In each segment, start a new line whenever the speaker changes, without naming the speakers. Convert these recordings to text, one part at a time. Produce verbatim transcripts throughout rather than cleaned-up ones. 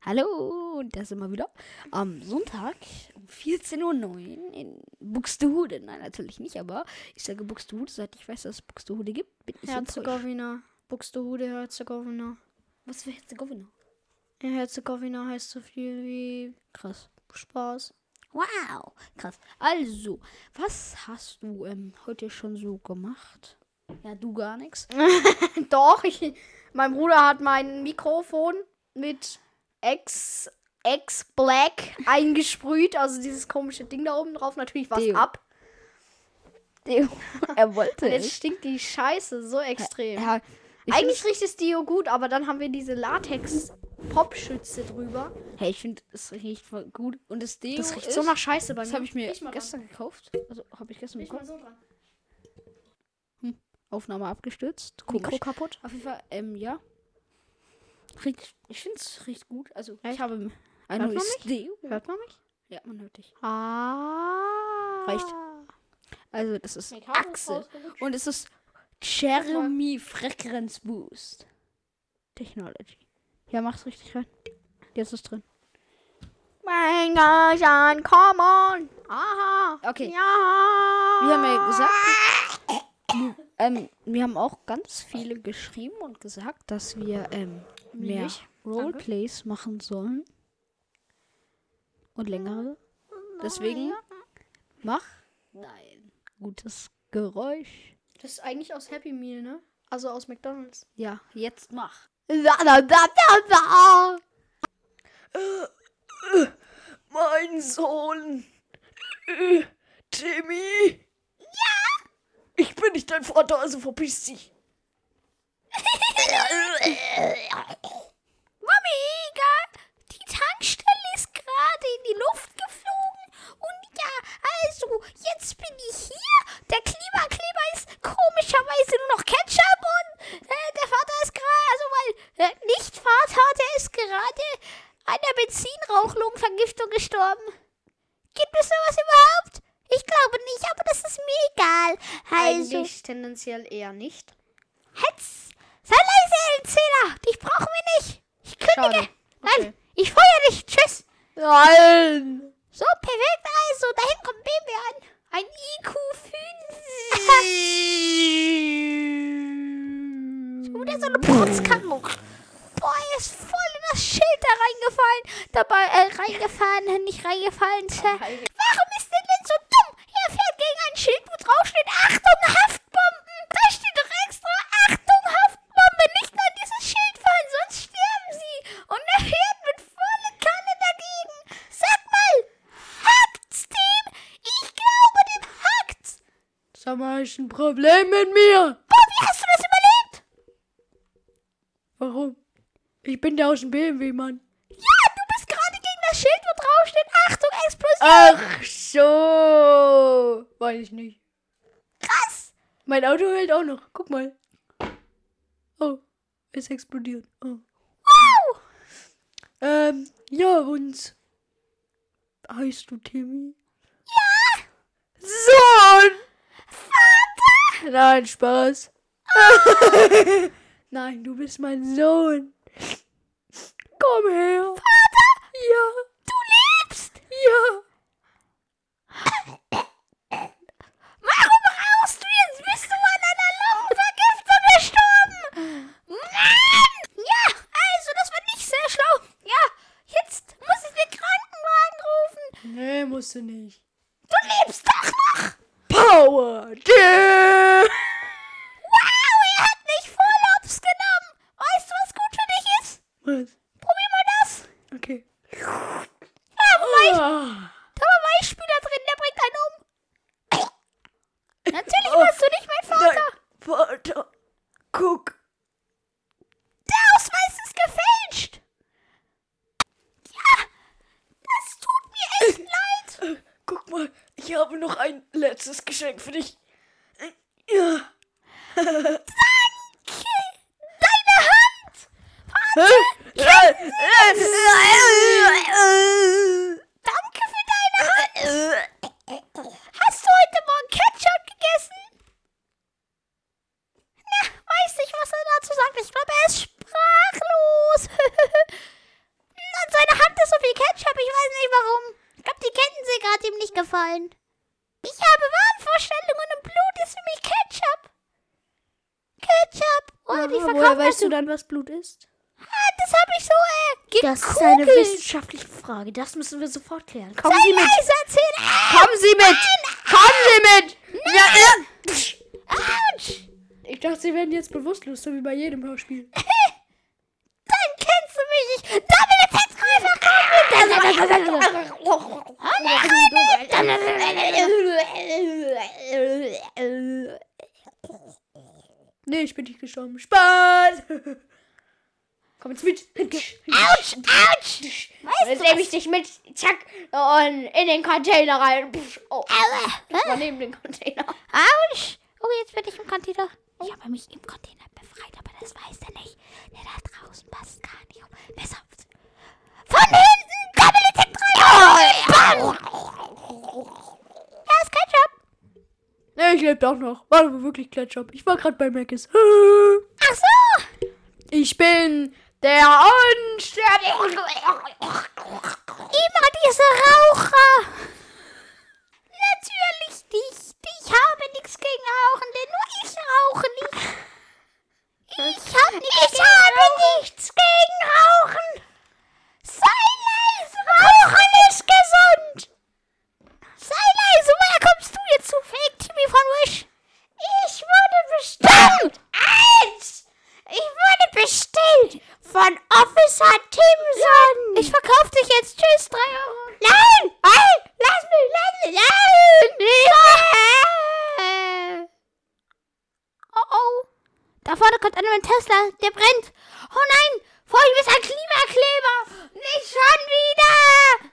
Hallo, und das immer wieder am Sonntag um vierzehn Uhr neun in Buxtehude. Nein, natürlich nicht, aber ich sage Buxtehude, seit ich weiß, dass es Buxtehude gibt, bin ich enttäuscht.
Herzegowina. Buxtehude, Herzegowina.
Was für Herzegowina?
Ja, Herzegowina heißt so viel wie
Krass.
Spaß.
Wow, krass. Also, was hast du ähm, heute schon so gemacht? Ja, du gar nichts.
Doch, ich, mein Bruder hat mein Mikrofon mit X, X Black eingesprüht. Also dieses komische Ding da oben drauf. Natürlich was
Deo.
ab.
Er wollte
Und jetzt
es.
stinkt die Scheiße so extrem.
Ja, ich
Eigentlich riecht das Deo gut, aber dann haben wir diese Latex-Popschütze drüber.
Hey, ich finde, es riecht voll gut. Und das Deo
Das riecht
ist,
so nach Scheiße bei mir.
das habe ich mir
Riech mal
gestern gekauft. Also, habe ich gestern
Riech mal
bekommen.
so dran.
Aufnahme abgestürzt.
Mikro
Komisch.
kaputt.
Auf jeden Fall, ähm, ja. Riecht, ich finde es riecht gut. Also,
Echt?
ich habe ein
Hört man
neues
mich?
Deo.
Hört man mich?
Ja, man hört dich.
Ah.
Reicht. Also, das ist
Mein Kabel ist
Achse.
rausgerutscht.
Und es ist Jeremy Frequenz Boost Technology. Ja, mach's richtig rein. Jetzt ist es drin.
Mein Gott, come on. Aha.
Okay.
Ja.
Wir haben ja gesagt, ähm, wir haben auch ganz viele geschrieben und gesagt, dass wir ähm, mehr
Nicht.
Roleplays machen sollen. Und längere. Deswegen mach nein. Gutes Geräusch.
Das ist eigentlich aus Happy Meal, ne? Also aus McDonald's.
Ja, jetzt mach.
Da, da, da, da, da.
Mein Sohn. Äh, Timmy. Ja. Ich bin nicht dein Vater, also verpiss dich. Mami, die Tankstelle ist gerade in die Luft geflogen. Und ja, also, jetzt bin ich hier. Der Klimakleber ist komischerweise nur noch Ketchup. Und äh, der Vater ist gerade, also weil, äh, nicht Vater, der ist gerade an der Benzinrauchlungenvergiftung gestorben. Gibt es sowas überhaupt? Ich glaube nicht, aber das ist mir egal. Also,
Eigentlich tendenziell eher nicht.
Hetz, sei leise, Erzähler. Dich brauchen wir nicht. Ich kündige.
Schade. Okay.
Nein, ich feuer dich. Tschüss.
Nein.
So, perfekt. Also, da hinten kommt B M W an. Ein I Q fünf. So, der so eine Putzkanne. Boah, er ist voll in das Schild da reingefallen. Dabei, äh, reingefahren, nicht reingefallen. Tja. Warum ist der denn so dumm? Er fährt gegen ein Schild, wo drauf steht, Achtung, Haftbomben. Da steht doch extra, Achtung, Haftbombe. Nicht an dieses Schild fahren, sonst sterben sie. Und er fährt mit voller Kanne dagegen. Sag mal, hackt's dem? Ich glaube, dem hackt's.
Sag mal, ist ein Problem mit mir.
Boah, wie hast du das überlebt?
Warum? Ich bin der aus dem B M W, Mann.
Ja, du bist gerade gegen das Schild, wo drauf steht, Achtung, Explosion.
Ach so. Weiß ich nicht.
Krass.
Mein Auto hält auch noch. Guck mal. Oh, es explodiert. Oh.
Wow.
Ähm, ja, und heißt du Timmy?
Ja.
Sohn!
Vater.
Nein, Spaß. Nein, du bist mein Sohn. Komm her.
Vater.
Ja,
Du lebst.
ja.
Warum rauchst du jetzt? Bist du an einer Lungenvergiftung gestorben? Mann! Ja, also das war nicht sehr schlau. Ja, jetzt muss ich den Krankenwagen rufen.
Nee, musst du nicht.
Du lebst doch noch.
Power! Yeah.
Wow, er hat nicht Vorlaufs genommen. Weißt du, was gut für dich ist?
Was?
Probier mal das.
Okay.
Ja, Weich,
Ah.
da war Weichspüler drin, der bringt einen um. Natürlich warst du nicht mein Vater.
Dein Vater. Guck.
Der Ausweis ist gefälscht. Ja, das tut mir echt leid.
Äh, Guck mal, ich habe noch ein letztes Geschenk für dich. Äh, Ja.
Danke. Deine Hand. Danke für deine Hand. Hast du heute Morgen Ketchup gegessen? Na, weiß nicht, was er dazu sagt. Ich glaube, er ist sprachlos. An Ketchup, ich weiß nicht warum. Ich glaube, die Ketten sind gerade ihm nicht gefallen. Ich habe Wahnvorstellungen und Blut ist für mich Ketchup. Ketchup. Oh, die
Aha,
verkaufen
woher weißt
das.
du dann, was Blut ist?
Ah, das habe ich so, äh,
Das ist eine
gegoogelt.
wissenschaftliche Frage. Das müssen wir sofort klären. Kommen
Sei
Sie mit.
leise, erzähl.
Kommen Sie mit. Kommen Sie mit. Ja, ja.
Autsch.
Ich dachte, Sie werden jetzt bewusstlos, so wie bei jedem Hörspiel.
Dann kennst du mich. Ich Doppel Fettkäufer
Nee, ich bin nicht gestorben. Spaß! Komm jetzt mit.
Autsch, Autsch. Weißt
Jetzt
du
nehme
was?
ich dich mit. Zack. Und in den Container rein. Oh,
Aua.
das war neben dem Container.
Autsch. Oh, jetzt bin ich im Container. Ich habe mich im Container befreit, aber das weiß er nicht. Der da draußen passt gar nicht auf. Pass auf. Von hinten. Double Attack drei. Oh, ja, ist Ketchup.
Nee, ich lebe doch noch. War aber wirklich Ketchup. Ich war gerade bei Mc's.
Ach so.
Ich bin der Unsterbliche.
Immer diese Raucher. Natürlich nicht. Ich habe nichts gegen Rauchen, denn nur ich rauche nicht. Ich, hab nichts ich gegen habe Rauchen. nichts gegen Rauchen. Sei leise. Rauchen ist gesund. Sei leise. Woher kommst du jetzt zufällig, Timmy von Wish? Ich wurde bestellt. Eins. Ich wurde bestellt von Officer Timson. Ich verkaufe dich jetzt. Tschüss, drei Euro. Nein! Nein! Lass mich! Lass mich! Nein! Oh oh. Da vorne kommt einer mit Tesla. Der brennt. Oh nein! Vor ihm ist ein Klimakleber. Nicht schon wieder!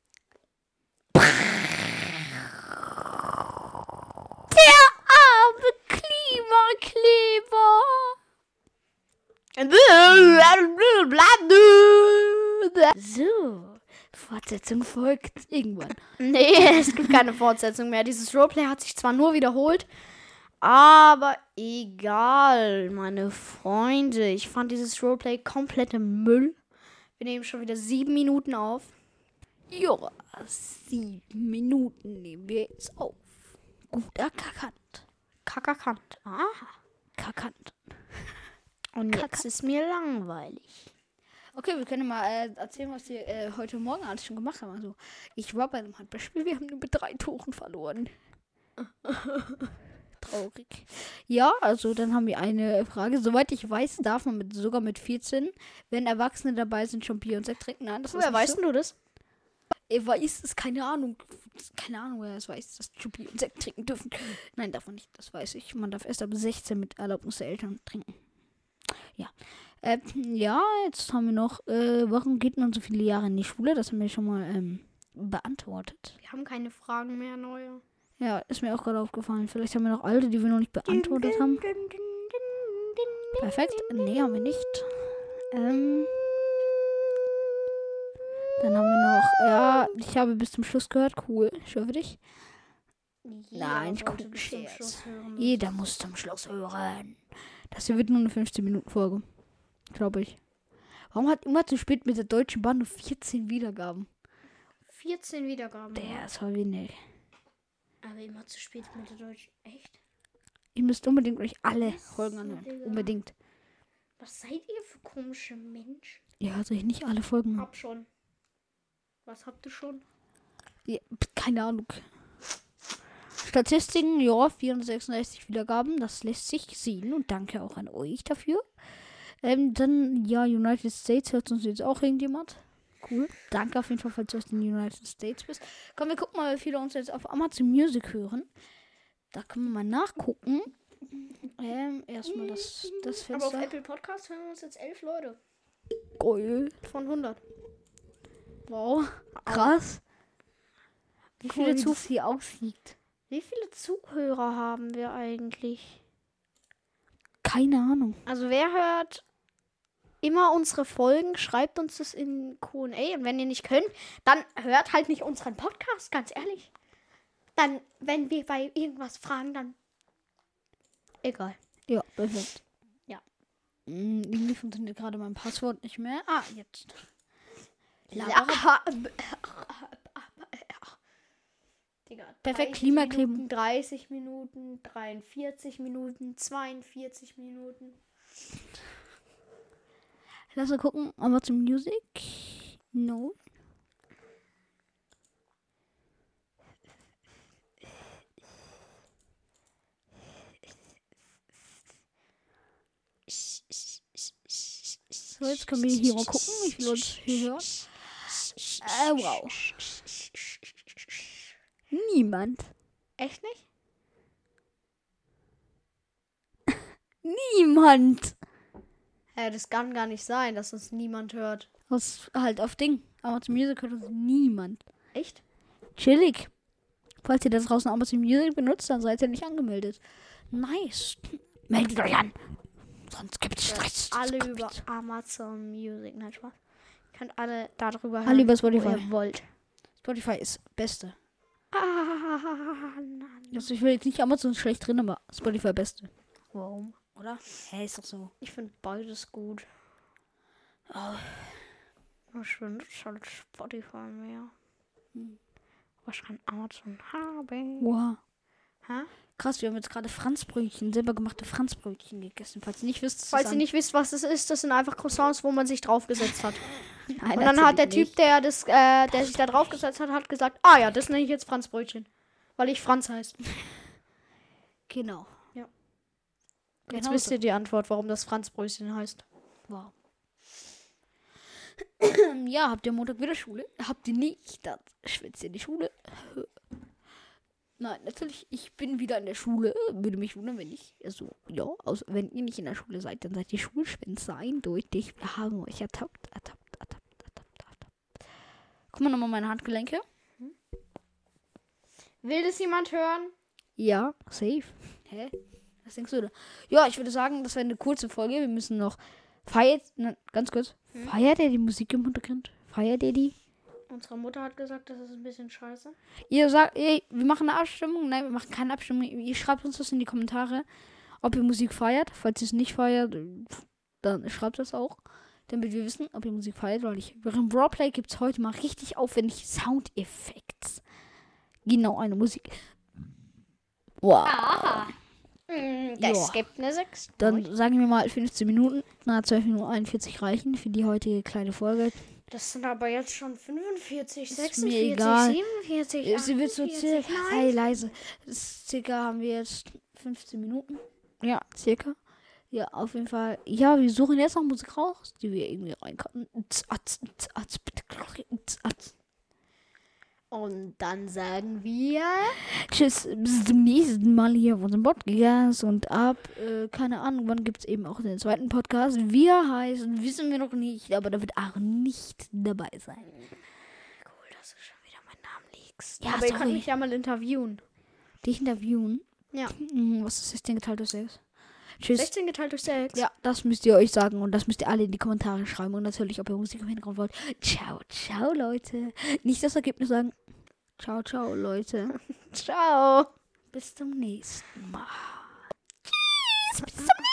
Der arme Klimakleber. So, Fortsetzung folgt irgendwann.
Nee, es gibt keine Fortsetzung mehr. Dieses Roleplay hat sich zwar nur wiederholt, aber egal, meine Freunde. Ich fand dieses Roleplay komplette Müll. Wir nehmen schon wieder sieben Minuten auf.
Ja, sieben Minuten nehmen wir jetzt auf. Gut erkannt.
Kackerkant. Aha.
Erkannt.
Und jetzt
Kacker.
ist mir langweilig.
Okay, wir können mal äh, erzählen, was wir äh, heute Morgen alles schon gemacht haben. Also, ich war bei einem Handballspiel, wir haben nur mit drei Toren verloren. Traurig. Ja, also dann haben wir eine Frage. Soweit ich weiß, darf man mit, sogar mit vierzehn, wenn Erwachsene dabei sind, schon Bier und Sekt trinken. Nein, das ist
Woher
nicht
weißt
so.
du das?
Er weiß es, keine Ahnung. Keine Ahnung, wer es weiß, dass die Bier und Sekt trinken dürfen. Nein, darf man nicht, das weiß ich. Man darf erst ab sechzehn mit Erlaubnis der Eltern trinken. Ja. Äh, ja, jetzt haben wir noch, äh, warum geht man so viele Jahre in die Schule? Das haben wir schon mal ähm, beantwortet.
Wir haben keine Fragen mehr, neue.
Ja, ist mir auch gerade aufgefallen. Vielleicht haben wir noch alte, die wir noch nicht beantwortet haben. Perfekt. Nee, haben wir nicht. Ähm, dann haben wir noch, ja, ich habe bis zum Schluss gehört. Cool. Ich hoffe dich. Nein, ich gucke Scherz. Jeder muss zum Schluss hören. Das hier wird nur eine fünfzehn Minuten Folge. Glaube ich. Warum hat immer zu spät mit der Deutschen Bahn nur vierzehn Wiedergaben?
vierzehn Wiedergaben.
Der ist voll wenig.
Aber immer zu spät mit der Deutschen. Echt?
Ihr müsst unbedingt euch alle
Was?
Folgen anhören.
Digga.
Unbedingt.
Was seid ihr für komische Menschen?
Ihr hört euch nicht alle Folgen an.
Hab schon. Was habt ihr schon?
Ja, pf, keine Ahnung. Statistiken, ja, vierhundertsechsundsechzig Wiedergaben, das lässt sich sehen und danke auch an euch dafür. Ähm, dann, ja, United States hört uns jetzt auch irgendjemand. Cool. Danke auf jeden Fall, falls du aus den United States bist. Komm, wir gucken mal, wie viele uns jetzt auf Amazon Music hören. Da können wir mal nachgucken. Ähm, erstmal das, das
Aber auf
Fenster.
Apple Podcast hören uns jetzt elf Leute.
Geil.
Von hundert.
Wow. Krass. Wie
Cool,
viele
wie
zu
das
hier aussieht.
Wie viele Zuhörer haben wir eigentlich?
Keine Ahnung.
Also wer hört immer unsere Folgen, schreibt uns das in Q und A. Und wenn ihr nicht könnt, dann hört halt nicht unseren Podcast, ganz ehrlich. Dann, wenn wir bei irgendwas fragen, dann egal.
Ja, perfekt.
Ja.
Mm, irgendwie funktioniert gerade mein Passwort nicht mehr. Ah, jetzt.
Ja. Digga,
Perfekt,
dreißig
Klimakleben.
Minuten, dreißig Minuten, dreiundvierzig Minuten, zweiundvierzig Minuten.
Lass mal gucken. Amazon Music. No. So, jetzt können wir hier mal gucken, wie viel uns hier hört. Äh, wow. Niemand.
Echt nicht?
Niemand.
Ja, das kann gar nicht sein, dass uns niemand hört.
Was halt auf Ding. Amazon Music hört uns niemand.
Echt?
Chillig. Falls ihr da draußen Amazon Music benutzt, dann seid ihr nicht angemeldet. Nice. Meldet euch an. Sonst gibt's Stress.
Alle über Amazon Music. Nein, Spaß. Ihr könnt alle darüber hören,
Alle über
wo
Spotify.
ihr wollt.
Spotify ist Beste.
Ah, nein.
Also ich will jetzt nicht Amazon schlecht drin, aber Spotify Beste.
Warum?
Oder? Hä, ist doch so.
Ich finde beides gut.
Oh.
Ich finde es halt Spotify mehr.
Hm.
Was kann Amazon haben?
Wow.
Hä?
Krass, wir haben jetzt gerade Franzbrötchen, selber gemachte Franzbrötchen gegessen. Falls ihr nicht wisst,
Falls ihr nicht wisst, was das ist, das sind einfach Croissants, wo man sich draufgesetzt hat.
Nein,
Und dann hat der Typ, der das, äh, der sich da draufgesetzt hat, hat gesagt, ah ja, das nenne ich jetzt Franzbrötchen. Weil ich Franz heißt.
Genau.
Ja. Jetzt
Genau
wisst
so.
ihr die Antwort, warum das Franzbrötchen heißt.
Wow. Ja, habt ihr Montag wieder Schule? Habt ihr nicht? Dann schwitzt ihr in die Schule. Nein, natürlich, ich bin wieder in der Schule. Würde mich wundern, wenn ich, also, ja, also, wenn ihr nicht in der Schule seid, dann seid ihr Schulschwänzer eindeutig. Wir haben euch ertappt, ertappt, ertappt, ertappt, ertappt. Guck mal nochmal meine Handgelenke.
Will das jemand hören?
Ja, safe. Hä? Was denkst du da? Ja, ich würde sagen, das wäre eine kurze Folge. Wir müssen noch feiert, na, ganz kurz.
Hm?
Feiert ihr die Musik im Hintergrund? Feiert ihr die?
Unsere Mutter hat gesagt, das ist ein bisschen scheiße.
Ihr sagt, ey, wir machen eine Abstimmung. Nein, wir machen keine Abstimmung. Ihr schreibt uns das in die Kommentare, ob ihr Musik feiert. Falls ihr es nicht feiert, dann schreibt das auch. Damit wir wissen, ob ihr Musik feiert. Weil ich, während Roleplay gibt es heute mal richtig aufwendig Soundeffekte. Genau, eine Musik. Wow.
Aha. Das
Joa.
gibt eine sechs.
Dann sagen wir mal fünfzehn Minuten. Na, zwölf Minuten einundvierzig reichen für die heutige kleine Folge.
Das sind aber jetzt schon fünfundvierzig,
Ist mir
sechsundvierzig,
egal.
siebenundvierzig,
Sie wird so circa.
achtundvierzig,
Hey, leise. Das ist circa haben wir jetzt fünfzehn Minuten. Ja, circa. Ja, auf jeden Fall. Ja, wir suchen jetzt noch Musik raus, die wir irgendwie rein können.
Und dann sagen wir...
Tschüss, bis zum nächsten Mal hier auf unserem Podcast. Und ab, äh, keine Ahnung, wann gibt es eben auch den zweiten Podcast. Wie er heißt, wissen wir noch nicht. Aber da wird auch nicht dabei sein.
Cool, dass du schon wieder meinen Namen liegst.
Ja,
aber ihr
sorry.
könnt mich ja mal interviewen.
Dich interviewen.
Ja.
Mhm, was ist sechzehn geteilt durch sechs? Tschüss.
sechzehn geteilt durch sechs.
Ja, das müsst ihr euch sagen und das müsst ihr alle in die Kommentare schreiben und natürlich, ob ihr Musik im Hintergrund wollt. Ciao, ciao, Leute. Nicht das Ergebnis sagen. Ciao, ciao, Leute.
Ciao.
Bis zum nächsten Mal. Tschüss, bis zum nächsten Mal.